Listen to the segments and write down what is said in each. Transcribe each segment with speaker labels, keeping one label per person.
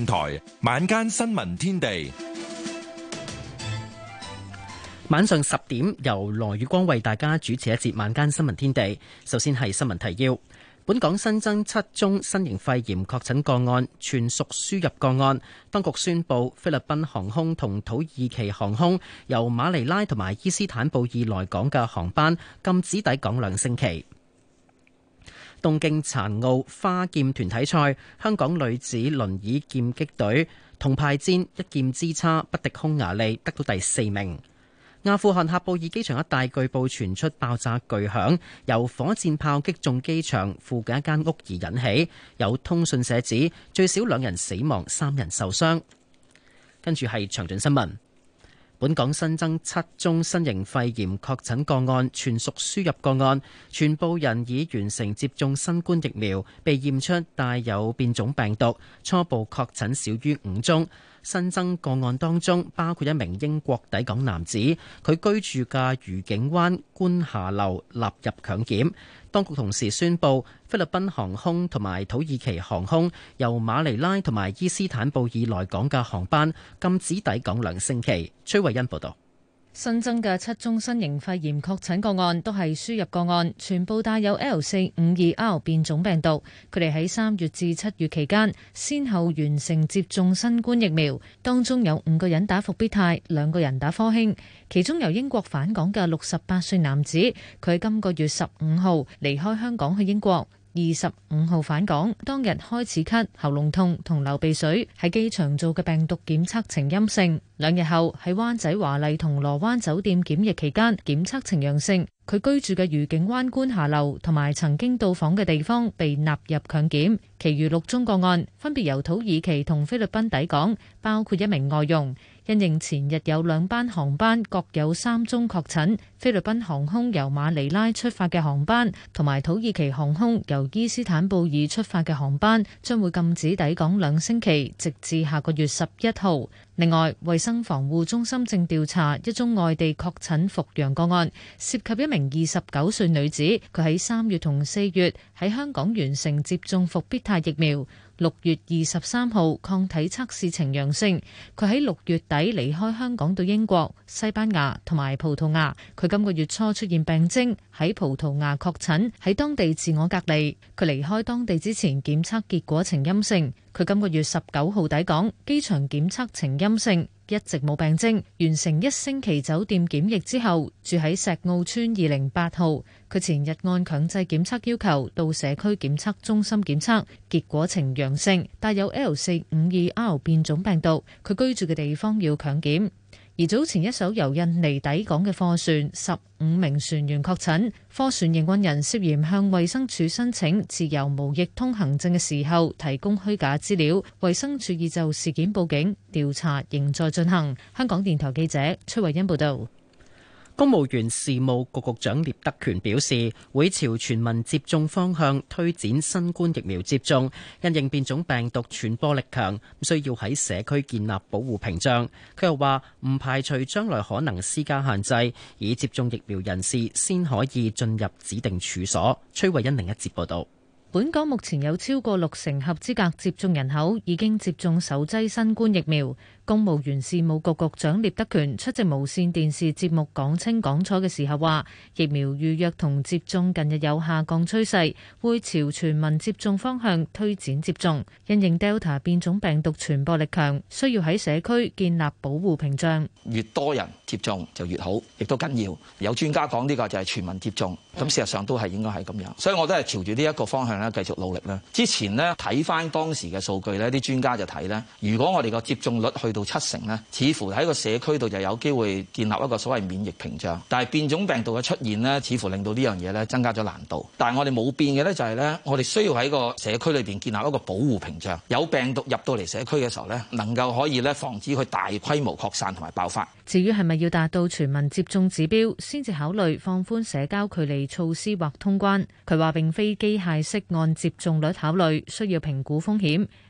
Speaker 1: 電台晚間新聞天地，
Speaker 2: 晚上10點由羅宇光為大家主持一節晚間新聞天地。首先係新聞提要：本港新增7宗新型肺炎確診個案，全屬輸入個案。當局宣布，菲律賓航空同土耳其航空由馬尼拉同埋伊斯坦布爾來港嘅航班禁止抵港2星期。東京殘奧花劍團體賽，香港女子輪椅劍擊隊銅牌戰一劍之差不敵匈牙利，得到第4名。阿富汗喀布爾機場一帶據報傳出爆炸巨響，由火箭炮擊中機場附近一間屋而引起。有通訊社指最少2人死亡，3人受傷。跟住係詳盡新聞。本港新增7宗新型肺炎確診個案，全屬輸入個案，全部人已完成接種新冠疫苗，被驗出帶有變種病毒，初步確診少於5宗。新增個案當中包括一名英國抵港男子，佢居住嘅愉景灣觀霞樓納入強檢。當局同時宣布，菲律賓航空同埋土耳其航空由馬尼拉同埋伊斯坦布爾來港嘅航班禁止抵港2星期。崔慧欣報道。
Speaker 3: 新增嘅7宗新型肺炎確診個案都係輸入個案，全部帶有 L452R 變種病毒。佢哋喺3月至7月期間，先後完成接種新冠疫苗，當中有5個人打復必泰，2個人打科興。其中由英國返港嘅68歲男子，佢喺今個月15號離開香港去英國。25號返港，當日開始咳、喉嚨痛同流鼻水，喺機場做嘅病毒檢測呈陰性。2日後喺灣仔華麗銅鑼灣酒店檢疫期間，檢測呈陽性。佢居住嘅愉景灣觀霞樓同埋曾經到訪嘅地方被納入強檢。其餘6宗個案分別由土耳其同菲律賓抵港，包括一名外傭。因應前日有2班航班各有3宗確診，菲律賓航空由馬尼拉出發嘅航班同埋土耳其航空由伊斯坦布爾出發嘅航班將會禁止抵港2星期，直至下個月11號。另外，衛生防護中心正調查一宗外地確診復陽個案，涉及一名29歲女子，佢喺3月同4月喺香港完成接種復必泰疫苗。6月23號抗體測試呈陽性，佢喺6月底離開香港到英國、西班牙同埋葡萄牙。佢今個月初出現病徵，喺葡萄牙確診，喺當地自我隔離。佢離開當地之前檢測結果呈陰性。佢今個月19號抵港，機場檢測呈陰性，一直冇病徵。完成1星期酒店檢疫之後，住喺石澳村208號。佢前日按強制檢測要求到社區檢測中心檢測，結果呈陽性，帶有 L452R 變種病毒。佢居住嘅地方要強檢。而早前一艘由印尼抵港嘅貨船，15名船員確診，貨船營運人涉嫌向衛生署申請自由無疫通行證嘅時候提供虛假資料，衛生署已就事件報警，調查仍在進行。香港電台記者崔慧欣報道。
Speaker 2: 公務員事務局局長聶德權表示，會朝全民接種方向推展新冠疫苗接種，因應變種病毒傳播力強，需要喺社區建立保護屏障。佢又話唔排除將來可能施加限制，以接種疫苗人士先可以進入指定處所。崔慧欣另一節報道。
Speaker 3: 本港目前有超過60%合資格接種人口已經接種首劑新冠疫苗。公務員事務局局長聶德權出席無線電視節目講清講楚嘅時候話，疫苗預約同接種近日有下降趨勢，會朝全民接種方向推展接種。因應 Delta 變種病毒傳播力強，需要喺社區建立保護屏障。
Speaker 4: 越多人接種就越好，亦都緊要。有專家講呢個就係全民接種，咁事實上都係應該係咁樣。所以我都係朝住呢一個方向咧繼續努力啦。之前呢，睇翻當時嘅數據呢，啲專家就睇呢，如果我哋個接種率去到70%呢，似乎喺個社區度就有機會建立一個所謂免疫屏障。但係變種病毒嘅出現呢，似乎令到呢樣嘢咧增加咗難度。但係我哋冇變嘅咧就係咧，我哋需要喺個社區裏邊建立一個保護屏障。有病毒入到嚟社區嘅時候咧，能夠可以咧防止佢大規模擴散同埋爆發。
Speaker 3: 至於係咪要達到全民接種指標先至考慮放寬社交距離措施或通關，佢話並非機械式按接種率考慮，需要評估風險。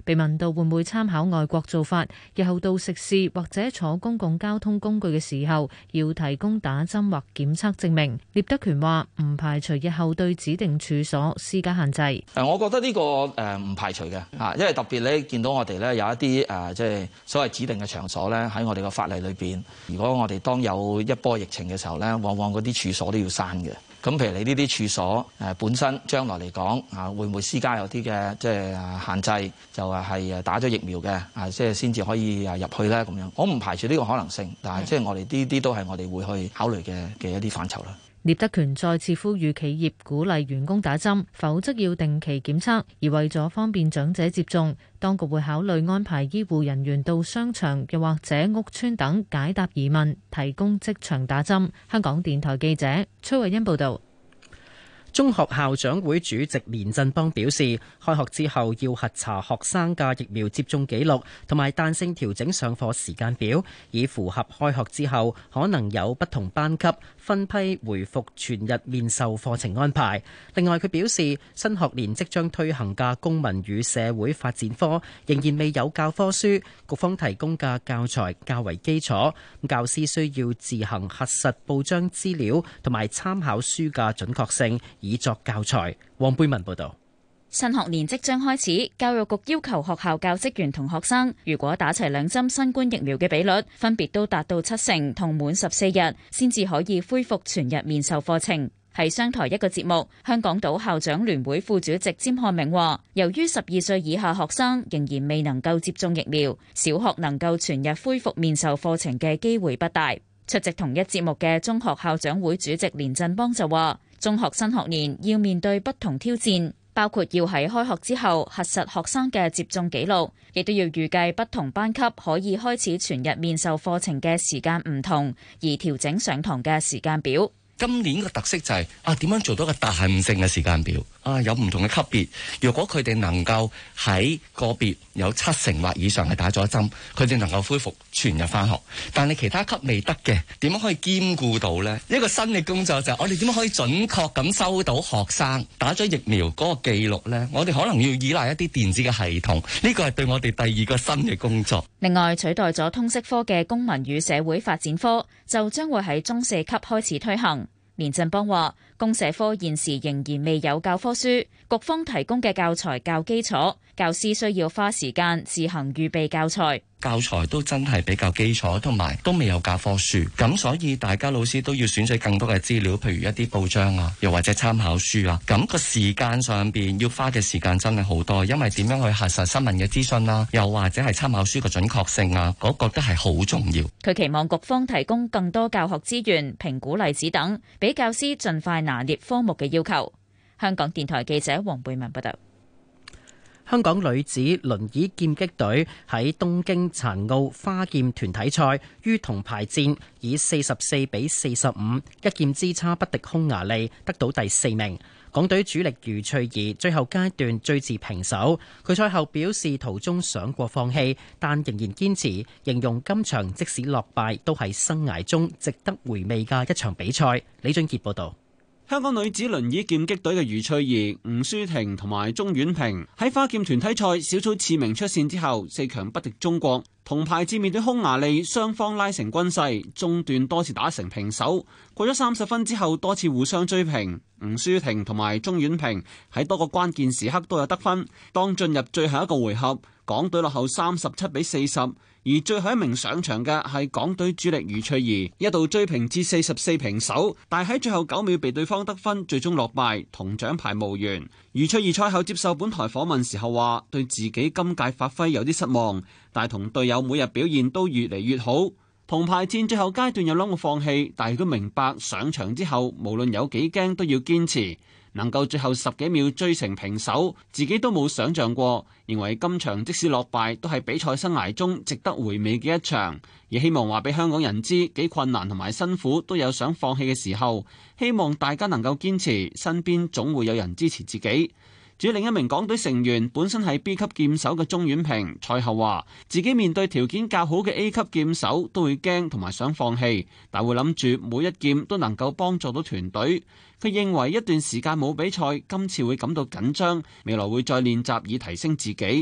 Speaker 3: 被問到會唔會參考外國做法，日後到食肆或者坐公共交通工具嘅時候，要提供打針或檢測證明，聶德權話唔排除日後對指定處所施加限制。
Speaker 4: 我覺得呢個唔排除嘅因為特別咧見到我哋咧有一啲即係所謂指定嘅場所咧喺我哋個法例裏邊，如果我哋當有一波疫情嘅時候咧，往往嗰啲處所都要閂嘅。咁譬如你呢啲處所本身將來嚟講會唔會施加有啲嘅即係限制，就係打咗疫苗嘅即係先至可以入去咧咁樣。我唔排除呢個可能性，但係即係我哋呢啲都係我哋會去考慮嘅一啲範疇啦。
Speaker 3: 聶德權再次呼籲企業鼓勵員工打針，否則要定期檢測。而為咗方便長者接種，當局會考慮安排醫護人員到商場又或者屋邨等解答疑問，提供即場打針。香港電台記者崔慧欣報道。
Speaker 2: 中學校長會主席連振邦表示，開學之後要核查學生嘅疫苗接種記錄，同埋彈性調整上課時間表，以符合開學之後可能有不同班級分批回復全日面授課程安排。另外，佢表示新學年即將推行嘅公民與社會發展科仍然未有教科書，局方提供嘅教材較為基礎，教師需要自行核實報章資料同埋參考書嘅準確性，以作教材。黃貝文報道。
Speaker 5: 新學年即將開始，教育局要求學校教職員同學生，如果打齊2針新冠疫苗嘅比率分別都達到70%同滿14日，先至可以恢復全日面授課程。喺商台一個節目，香港島校長聯會副主席詹漢明話，由於12歲以下學生仍然未能夠接種疫苗，小學能夠全日恢復面授課程嘅機會不大。出席同一節目嘅中學校長會主席連振邦就話，中學新學年要面對不同挑戰，包括要喺開學之後核實學生嘅接種記錄，亦都要預計不同班級可以開始全日面授課程嘅時間唔同，而調整上堂嘅時間表。
Speaker 6: 今年個特色就係點樣做到個彈性嘅時間表有唔同嘅級別，如果佢哋能夠喺個別有70%或以上係打咗針，佢哋能夠恢復全日返學。但係其他級未得嘅，點樣可以兼顧到呢？一個新嘅工作就係我哋點樣可以準確咁收到學生打咗疫苗嗰個記錄呢？我哋可能要依賴一啲電子嘅系統，呢個係對我哋第二個新嘅工作。
Speaker 5: 另外，取代咗通識科嘅公民與社會發展科就將會喺中4級開始推行。連振邦話，公社科現時仍然未有教科書，局方提供嘅教材較基礎，教師需要花時間自行預備教材。
Speaker 6: 教材都真係比較基礎，同埋都未有教科書，咁所以大家老師都要選取更多嘅資料，譬如一啲報章又或者參考書咁個時間上邊要花嘅時間真係好多，因為點樣去核實新聞嘅資訊又或者係參考書嘅準確性嗰個都係好重要。
Speaker 5: 佢期望局方提供更多教學資源、評估例子等，俾教師盡快拿捏科目嘅要求。香港電台記者黃貝文報道。
Speaker 2: 香港女子輪椅劍擊隊喺東京殘奧花劍團體賽於銅牌戰以44比45一劍之差不敵匈牙利，得到第4名。港隊主力余翠怡最後階段追至平手。佢賽後表示途中想過放棄，但仍然堅持，形容今場即使落敗都係生涯中值得回味嘅一場比賽。李俊傑報導。
Speaker 7: 香港女子輪椅劍擊隊嘅余翠怡、吳舒婷同埋鍾婉萍喺花劍團體賽小組次名出線之後，4強不敵中國。銅牌戰面對匈牙利，雙方拉成均勢，中段多次打成平手。過咗30分之後，多次互相追平。吳舒婷同埋鍾婉萍喺多個關鍵時刻都有得分。當進入最後一個回合，港隊落後37比40。而最後一名上場嘅係港隊主力余翠怡，一度追平至44平手，但喺最後9秒被對方得分，最終落敗，同獎牌無緣。余翠怡賽後接受本台訪問時候話，對自己今屆發揮有啲失望，但同隊友每日表現都越嚟越好。銅牌戰最後階段有諗過放棄，但係都明白上場之後無論有幾驚都要堅持。能夠最後10幾秒追成平手，自己都冇想象過，認為今場即使落敗都係比賽生涯中值得回味嘅一場，亦希望話俾香港人知幾困難同埋辛苦都有想放棄嘅時候，希望大家能夠堅持，身邊總會有人支持自己。至於另一名港隊成員本身係 B 級劍手嘅鍾婉萍，賽後話自己面對條件較好嘅 A 級劍手都會驚同埋想放棄，但會諗住每一劍都能夠幫助到團隊。佢認為一段時間冇比賽，今次會感到緊張，未來會再練習以提升自己。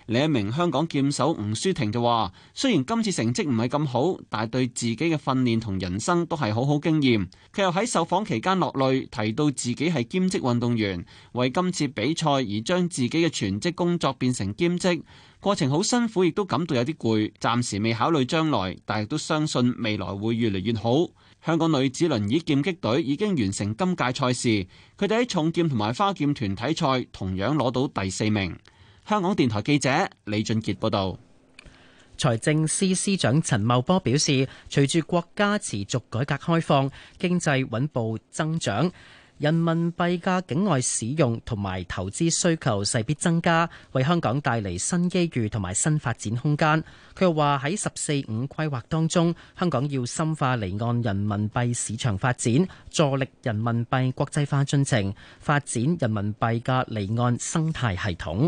Speaker 7: 另一名香港劍手吳舒婷就話，雖然今次成績唔係咁好，但係對自己嘅訓練同人生都係好好經驗。佢又喺受訪期間落淚，提到自己係兼職運動員，為今次比賽而將自己嘅全職工作變成兼職，過程好辛苦，亦都感到有啲攰。暫時未考慮將來，但亦都相信未來會越嚟越好。香港女子輪椅劍擊隊已經完成今屆賽事，佢哋喺重劍同埋花劍團體賽同樣攞到第4名。香港電台記者李俊傑報道。
Speaker 2: 財政司司長陳茂波表示，隨住國家持續改革開放，經濟穩步增長，人民幣嘅境外使用同埋投資需求勢必增加，為香港帶嚟新機遇同埋新發展空間。佢又話喺14-5規劃當中，香港要深化離岸人民幣市場發展，助力人民幣國際化進程，發展人民幣嘅離岸生態系統。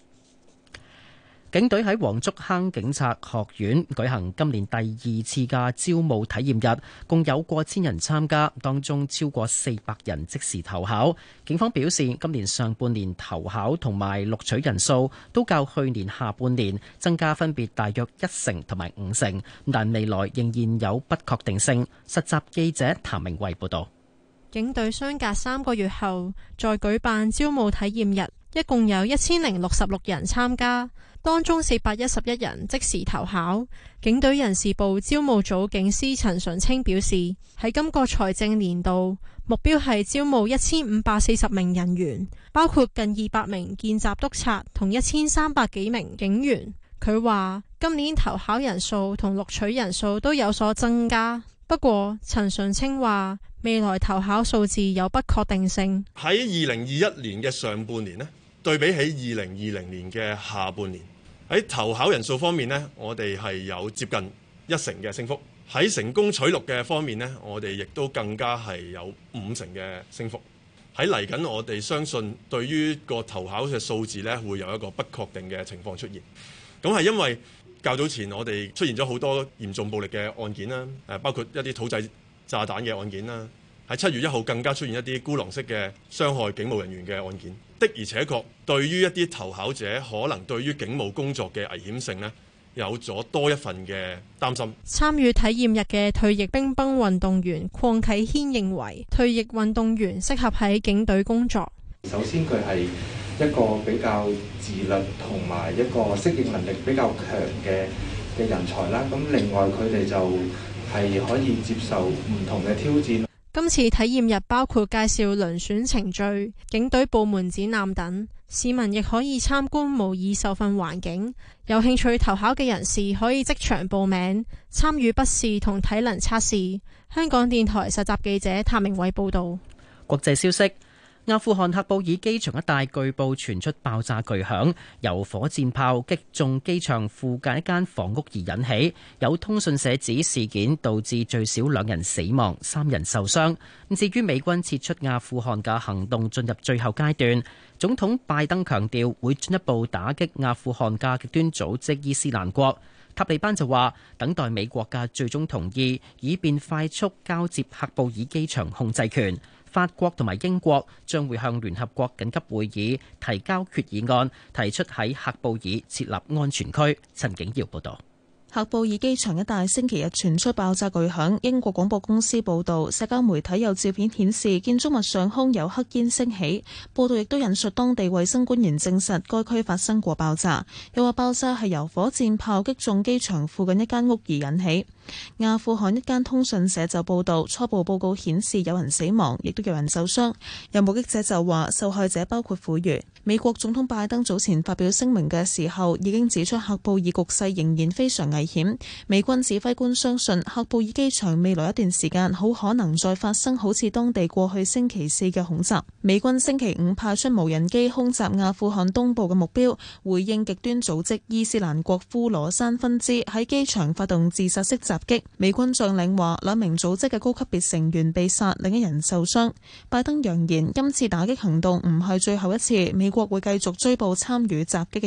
Speaker 2: 警隊喺黃竹坑警察學院舉行今年第2次嘅招募體驗日，共有過千人參加，當中超過400人即時投考。警方表示，今年上半年投考同埋錄取人數都較去年下半年增加，分別大約1成同埋5成，但未來仍然有不確定性。實習記者譚明慧報導。
Speaker 8: 警隊相隔3個月後再舉辦招募體驗日，一共有1066人參加，當中411人即時投考。警隊人事部招募組警司陳純清表示，喺今個財政年度，目標係招募1540名人員，包括近200名見習督察同1300幾名警員。佢話今年投考人數同錄取人數都有所增加，不過陳純清話未來投考數字有不確定性。
Speaker 9: 喺2021年嘅上半年呢，對比起2020年嘅下半年，喺投考人數方面呢，我哋係有接近1成嘅升幅。喺成功取錄嘅方面呢，我哋亦都更加係有5成嘅升幅。喺嚟緊，我哋相信對於個投考嘅數字呢，會有一個不確定嘅情況出現。咁係因為較早前我哋出現咗好多嚴重暴力嘅案件啦，包括一啲土製炸彈嘅案件啦。喺7月1號更加出現一啲孤狼式嘅傷害警務人員嘅案件。的而且確，對於一啲投考者可能對於警務工作嘅危險性呢，有咗多一份嘅擔心。
Speaker 8: 參與體驗日嘅退役乒乓運動員鄺啟軒認為，退役運動員適合喺警隊工作。
Speaker 10: 首先佢係一個比較自律同埋一個適應能力比較強嘅人才啦。咁另外佢哋就係可以接受唔同嘅挑戰。
Speaker 8: 今次體驗日包括介紹遴選程序、警隊部門展覽等，市民亦可以參觀模擬受訓環境。有興趣投考嘅人士可以即場報名參與筆試同體能測試。香港電台實習記者譚明偉報導。
Speaker 2: 國際消息。阿富汗喀布爾機場一帶據報傳出爆炸巨響，由火箭炮擊中機場附近一間房屋而引起。有通訊社指事件導致最少2人死亡、3人受傷。至於美軍撤出阿富汗嘅行動進入最後階段，總統拜登強調會進一步打擊阿富汗嘅極端組織伊斯蘭國。塔利班就話等待美國嘅最終同意，以便快速交接喀布爾機場控制權。法國同埋英國將會向聯合國緊急會議提交決議案，提出喺喀布爾設立安全區。陳景耀報道。
Speaker 11: 喀布爾機場一帶星期日傳出爆炸巨響，英國廣播公司報道，社交媒體有照片顯示建築物上空有黑煙升起。報道亦都引述當地衛生官員證實該區發生過爆炸，又話爆炸係由火箭炮擊中機場附近一間屋而引起。阿富汗一間通訊社就報道，初步報告顯示有人死亡，亦都有人受傷。有目擊者就話，受害者包括婦孺。美國總統拜登早前發表聲明嘅時候，已經指出喀布爾局勢仍然非常危險。美軍指揮官相信喀布爾機場未來一段時間好可能再發生好似當地過去星期4嘅恐襲。美軍星期5派出無人機空襲阿富汗東部嘅目標，回應極端組織伊斯蘭國呼羅珊分支喺機場發動自殺式襲擊。美軍將領話2名組織嘅高級別成員被殺，另一人受傷。拜登揚言今次打擊行動唔係最後一次，美國會繼續追捕參與襲擊嘅人。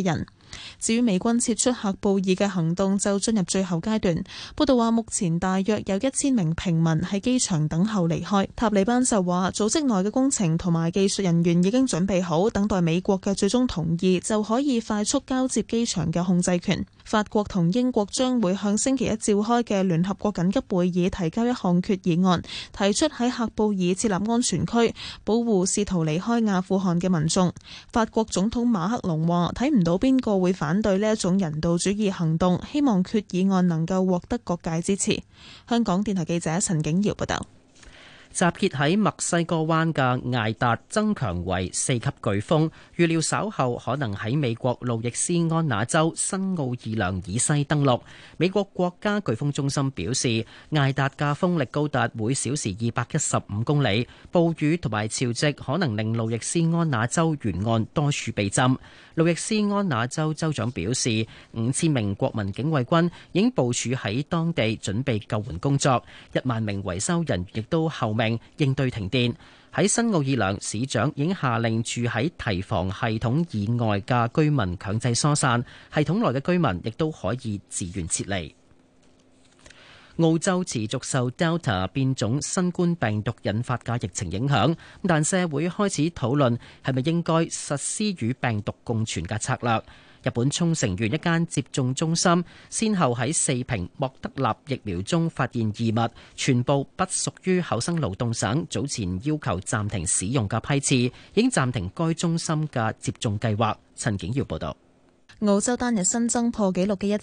Speaker 11: 至於美軍撤出喀布爾嘅行動就進入最後階段。報道話，目前大約有1000名平民喺機場等候離開。塔利班就話，組織內嘅工程同埋技術人員已經準備好，等待美國嘅最終同意就可以快速交接機場嘅控制權。法國同英國將會向星期一召開嘅聯合國緊急會議提交一項決議案，提出喺喀布爾設立安全區，保護試圖離開阿富汗嘅民眾。法國總統馬克龍話：睇唔到邊個會反對呢一種人道主義行動，希望決議案能夠獲得各界支持。香港電台記者陳景堯報道。
Speaker 2: 集結喺墨西哥灣嘅艾達增強為4級颶風，預料稍後可能喺美國路易斯安那州新奧爾良以西登陸。美國國家颶風中心表示，艾達嘅風力高達每小時215公里，暴雨同埋潮汐可能令路易斯安那州沿岸多處被浸。路易斯安那州州長表示，5000名國民警衛軍已經部署喺當地準備救援工作，1萬名維修人員亦都候命應對停電。喺新奧爾良，市長已經下令住喺堤防系統以外嘅居民強制疏散，系統內嘅居民亦都可以自願撤離。澳洲持續受 Delta 變種新冠病毒引發嘅疫情影響，但社會開始討論係咪應該實施與病毒共存嘅策略。日本沖繩縣一間接種中心，先後喺4瓶莫德納疫苗中發現異物，全部不屬於厚生勞動省早前要求暫停使用嘅批次，已經暫停該中心嘅接種計劃。陳景耀報道。
Speaker 11: 澳洲單日新增破紀錄嘅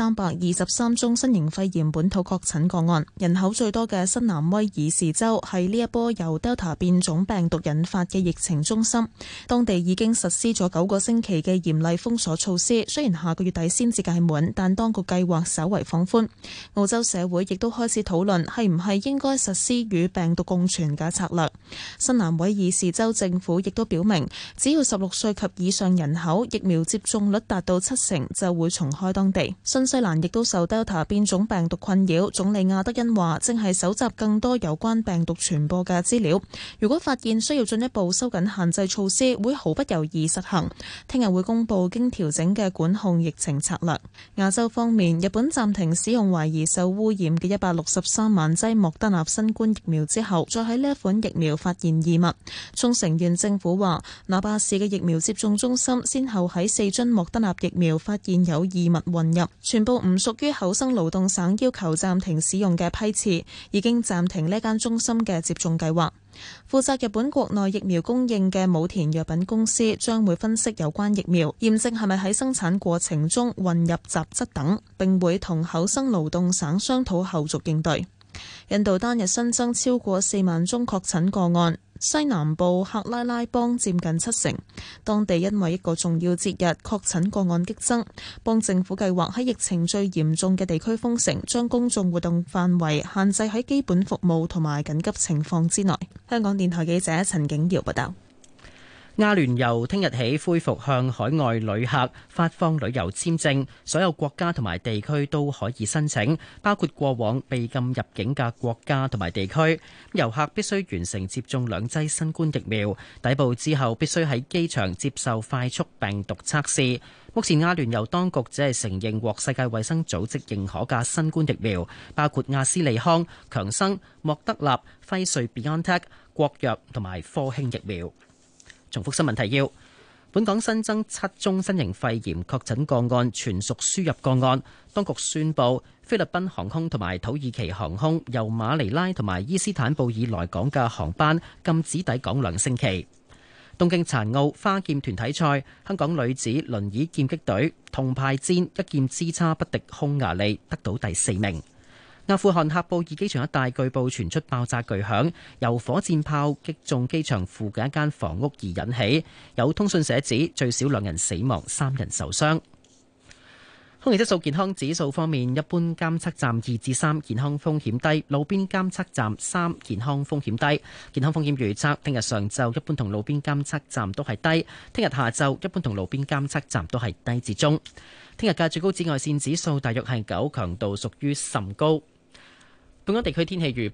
Speaker 11: 1323宗新型肺炎本土確診個案，人口最多嘅新南威爾士州係呢一波由 Delta 變種病毒引發嘅疫情中心，當地已經實施咗9個星期嘅嚴厲封鎖措施，雖然下個月底先至屆滿，但當局計劃稍為放寬。澳洲社會亦都開始討論係唔係應該實施與病毒共存嘅策略。新南威爾士州政府亦都表明，只要16歲及以上人口疫苗接種率達到70%就會重開當地。新西蘭亦都受 Delta 變種病毒困擾，總理亞德恩話正係搜集更多有關病毒傳播嘅資料，如果發現需要進一步收緊限制措施，會毫不猶豫實行。聽日會公布經調整嘅管控疫情策略。亞洲方面，日本暫停使用懷疑受污染嘅163萬劑莫德納新冠疫苗之後，再喺呢一款疫苗發現異物。沖繩縣政府話，那霸市嘅疫苗接種中心先後喺4樽莫德納疫苗發現有異物混入，全部唔屬於厚生勞動省要求暫停使用嘅批次，已經暫停呢間中心嘅接種計劃。負責日本國內疫苗供應嘅武田藥品公司將會分析有關疫苗，驗證係咪喺生產過程中混入雜質等，並會同厚生勞動省商討後續應對。印度單日新增超過4萬宗確診個案，西南部克拉拉邦佔近70%。當地因為一個重要節日，確診個案激增。邦政府計劃喺疫情最嚴重嘅地區封城，將公眾活動範圍限制喺基本服務同埋緊急情況之內。香港電台記者陳景堯報道。
Speaker 2: 阿聯酋聽日起恢復向海外旅客發放旅遊簽證，所有國家同埋地區都可以申請，包括過往被禁入境嘅國家同埋地區。遊客必須完成接種2劑新冠疫苗，抵埗之後必須喺機場接受快速病毒測試。目前阿聯酋當局只係承認獲世界衛生組織認可嘅新冠疫苗，包括阿斯利康、強生、莫德納、輝瑞 BioNTech、國藥同埋科興疫苗。重複新聞提要：本港新增7宗新型肺炎確診個案，全屬輸入個案。當局宣布，菲律賓航空同埋土耳其航空由馬尼拉同埋伊斯坦布爾來港嘅航班禁止抵港2星期。東京殘奧花劍團體賽，香港女子輪椅劍擊隊銅牌戰一劍之差不敵匈牙利，得到第4名。阿富汗喀布爾機場一帶據報傳出爆炸巨響，由火箭炮擊中機場附近一間房屋而引起。有通訊社指最少2人死亡，3人受傷。空氣質素健康指數方面，一般監測站2至3，健康風險低；路邊監測站3，健康風險低。健康風險預測：聽日上晝一般同路邊監測站都係低；聽日下晝一般同路邊監測站都係低至中。聽日嘅最高紫外線指數大約係9，強度屬於甚高。本港地區天氣預報：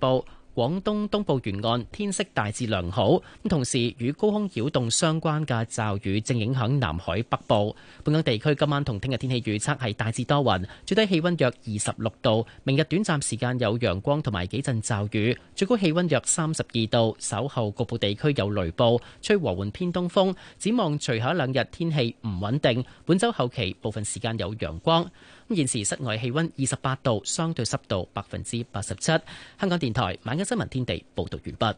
Speaker 2: 廣東東部沿岸天色大致良好，同時與高空擾動相關嘅驟雨正影響南海北部。本港地區今晚同聽日天氣預測係大致多雲，最低氣溫約26度。明日短暫時間有陽光同埋幾陣驟雨，最高氣溫約32度。稍後局部地區有雷暴，吹和緩偏東風。展望隨後一兩日天氣唔穩定，本週後期部分時間有陽光。現時室外氣溫28度，相對濕度87%。香港電台晚間新聞天地報道完畢。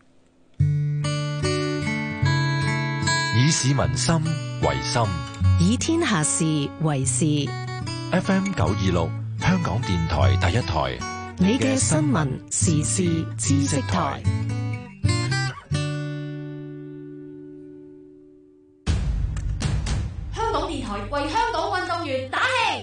Speaker 1: 以市民心為心，
Speaker 12: 以天下事為事。
Speaker 1: FM 926，香港電台第一台，
Speaker 12: 你嘅新聞時事知識台。
Speaker 13: 香港電台為香港運動員打氣。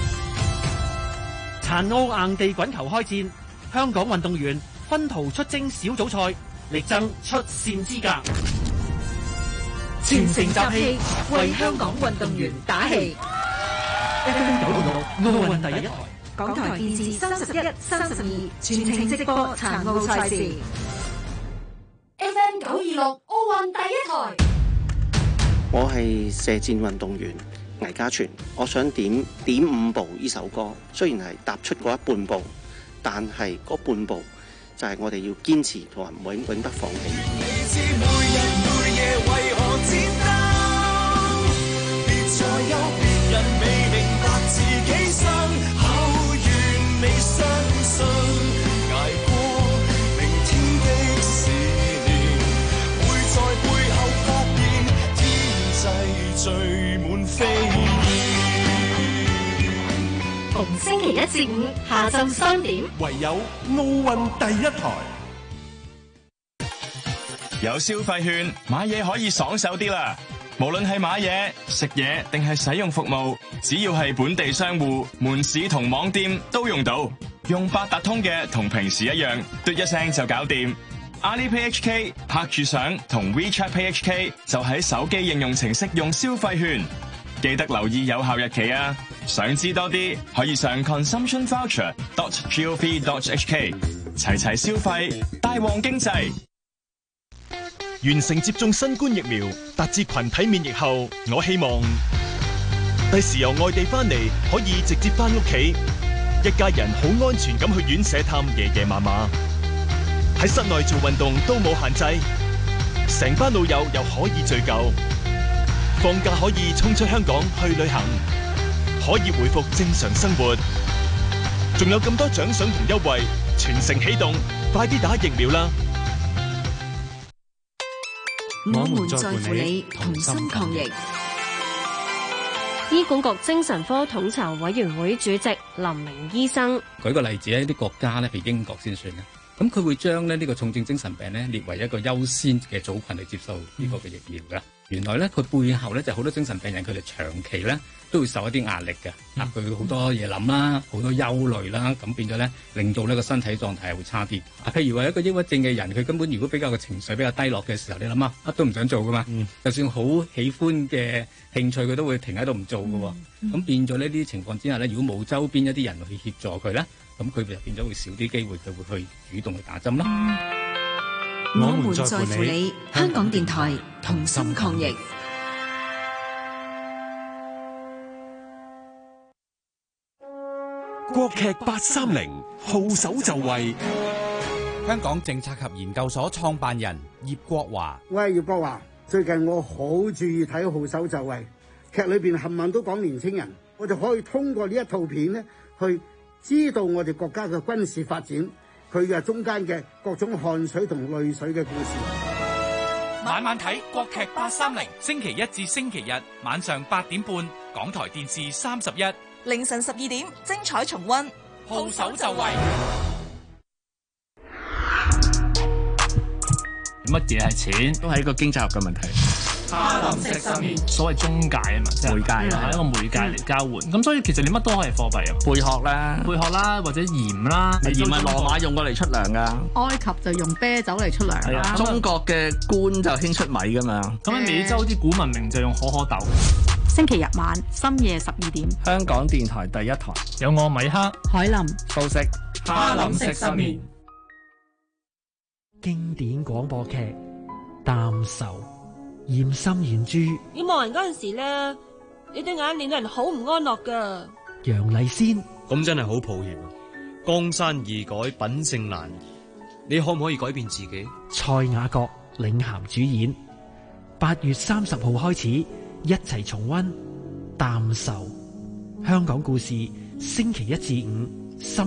Speaker 14: 殘奧硬地滾球開戰，香港運動員分途出征小組賽，力爭出線資格。
Speaker 13: 全城集氣，為香港運動員打氣。
Speaker 14: FM 926奧運第一台，
Speaker 13: 港台電視31、32全程直播殘奧賽事。FM 926奧運第一台。
Speaker 15: 我係射箭運動員魏家全，我想點五步呢首歌，雖然係踏出嗰一半步，但係嗰半步就係我哋要堅持同埋永不放棄。你知每日每夜為何戰鬥，別再有別人未明白自己身後願未相信，捱過明天的試煉，會在背後發現天際聚滿飛燕。
Speaker 13: 逢星期一至五下晝3點，
Speaker 16: 唯有奧運第一台。有消費券買嘢可以爽手啲啦，無論係買嘢、食嘢定係使用服務，只要係本地商戶、門市同網店都用到。用八達通嘅同平時一樣，嘟一聲就搞掂。Alipay HK 拍住相同 WeChat Pay HK 就喺手機應用程式用消費券，記得留意有效日期啊！想知多啲，可以上 consumptionvoucher.gov.hk 齊齊消費，大旺經濟。
Speaker 17: 完成接種新冠疫苗，達至群體免疫後，我希望第時由外地翻嚟可以直接翻屋企，一家人好安全咁去院舍探爺爺嫲嫲，喺室內做運動都冇限制，成班老友又可以聚舊，放假可以衝出香港去旅行，可以回復正常生活，仲有咁多獎賞同優惠，全城起動，快啲打疫苗啦！
Speaker 12: 我們在乎你，同心抗疫。
Speaker 18: 醫管局精神科統籌委員會主席林明醫生，
Speaker 19: 舉個例子喺啲國家咧，譬如英國先算啦，咁佢會將呢個重症精神病咧列為一個優先嘅組群嚟接受呢個嘅疫苗噶。原來咧佢背後咧就好多精神病人佢哋長期咧都會受一啲壓力嘅，佢好多嘢諗啦，好多憂慮啦，咁變咗咧令到呢個身體狀態係會差啲。譬如話一個抑鬱症嘅人，佢根本如果比較個情緒比較低落嘅時候，你諗下乜都唔想做噶嘛，就算好喜歡嘅興趣佢都會停喺度唔做噶。咁變咗呢啲情況之下咧，如果冇周邊一啲人去協助佢咧，咁佢就變咗會少啲機會佢會去主動去打針啦。
Speaker 12: 我們在乎你，香港電台同心抗疫。
Speaker 1: 國劇830，號手就位。
Speaker 20: 香港政策及研究所創辦人葉國華，
Speaker 21: 我係葉國華。最近我好注意睇《號手就位》，劇裏邊冚唪唥都講年青人，我就可以通過呢一套片呢，去知道我哋國家嘅軍事發展，佢嘅中間嘅各種汗水同淚水嘅故事。
Speaker 22: 晚晚睇國劇830，星期一至星期日晚上8點半，港台電視31，
Speaker 23: 凌晨12點精彩重溫。
Speaker 22: 號手就位。
Speaker 24: 乜嘢係錢？都係一個經濟學嘅問題。
Speaker 23: 哈林食失眠，
Speaker 24: 所謂中介啊嘛，即係媒介係一個媒介嚟交換。咁所以其實你乜都可以貨幣啊，貝殼啦，或者鹽啦。鹽係羅馬用過嚟出糧噶，
Speaker 25: 埃及就用啤酒嚟出糧啦。
Speaker 24: 中國嘅官就興出米噶嘛。咁喺美洲啲古文明就用可可豆。
Speaker 25: 星期日晚深夜12點，
Speaker 24: 香港電台第一台有我米克、
Speaker 25: 海林、
Speaker 24: 素食，
Speaker 23: 哈林食失眠。
Speaker 3: 經典廣播劇《淡愁》，嚴沁原著，
Speaker 4: 你望人嗰陣時咧，你對眼令到人好唔安樂噶。
Speaker 3: 楊麗仙，
Speaker 5: 咁真係好抱歉啊！江山易改，品性難移，你可唔可以改變自己？
Speaker 3: 蔡雅閣領銜主演，8月30號開始一齊重溫《淡愁》香港故事，星期1至5。